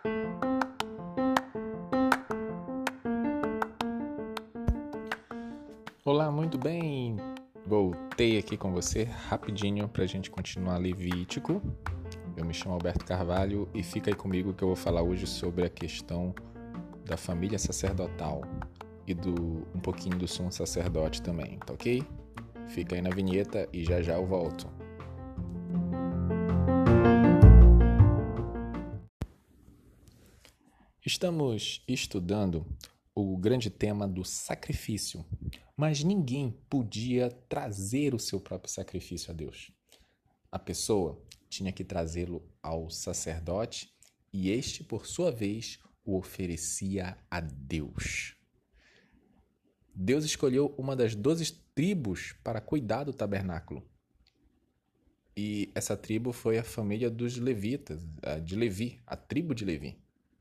Olá, muito bem! Voltei aqui com você rapidinho para a gente continuar Levítico. Eu me chamo Alberto Carvalho e fica aí comigo que eu vou falar hoje sobre a questão da família sacerdotal e um pouquinho do sumo sacerdote também, tá ok? Fica aí na vinheta e já eu volto. Estamos estudando o grande tema do sacrifício, mas ninguém podia trazer o seu próprio sacrifício a Deus. A pessoa tinha que trazê-lo ao sacerdote e este, por sua vez, o oferecia a Deus. Deus escolheu uma das 12 tribos para cuidar do tabernáculo. E essa tribo foi a família dos levitas, de Levi, a tribo de Levi.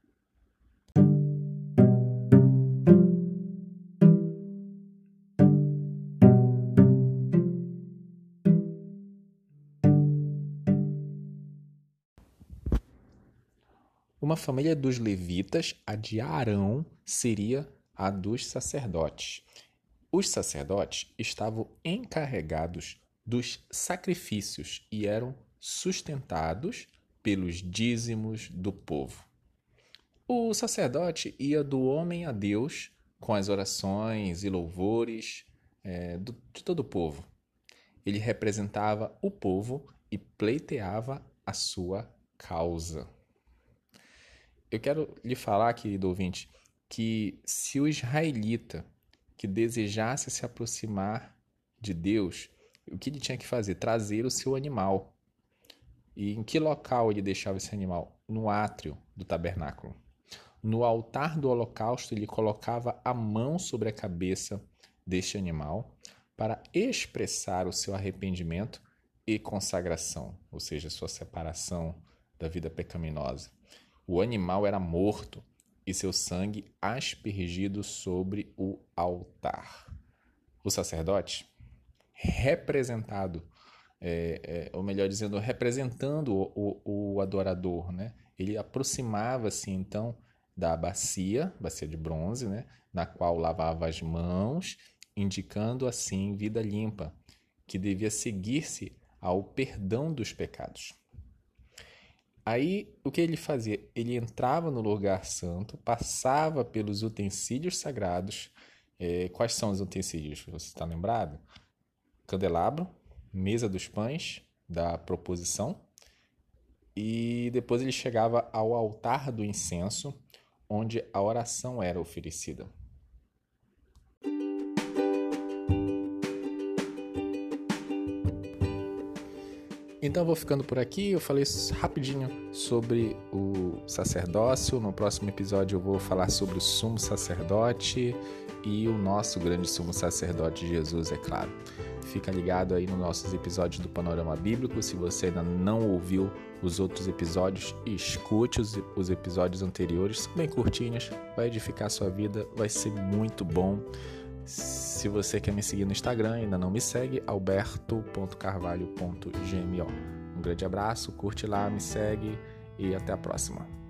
Uma família dos levitas, a de Arão, seria a dos sacerdotes. Os sacerdotes estavam encarregados dos sacrifícios e eram sustentados pelos dízimos do povo. O sacerdote ia do homem a Deus com as orações e louvores de todo o povo. Ele representava o povo e pleiteava a sua causa. Eu quero lhe falar, querido ouvinte, que se o israelita que desejasse se aproximar de Deus, o que ele tinha que fazer? Trazer o seu animal. E em que local ele deixava esse animal? No átrio do tabernáculo. No altar do holocausto, ele colocava a mão sobre a cabeça deste animal para expressar o seu arrependimento e consagração, ou seja, sua separação da vida pecaminosa. O animal era morto e seu sangue aspergido sobre o altar. O sacerdote, representado, ou melhor dizendo, representando o adorador, né? Ele aproximava-se então da bacia de bronze, né? Na qual lavava as mãos, indicando assim vida limpa, que devia seguir-se ao perdão dos pecados. Aí, o que ele fazia? Ele entrava no lugar santo, passava pelos utensílios sagrados. Quais são os utensílios? Você está lembrado? Candelabro, mesa dos pães, da proposição. E depois ele chegava ao altar do incenso, onde a oração era oferecida. Então eu vou ficando por aqui, eu falei rapidinho sobre o sacerdócio. No próximo episódio eu vou falar sobre o sumo sacerdote e o nosso grande sumo sacerdote Jesus, é claro. Fica ligado aí nos nossos episódios do Panorama Bíblico. Se você ainda não ouviu os outros episódios, escute os episódios anteriores, são bem curtinhos, vai edificar a sua vida, vai ser muito bom. Se você quer me seguir no Instagram e ainda não me segue, alberto.carvalho.gmo. Um grande abraço, curte lá, me segue e até a próxima.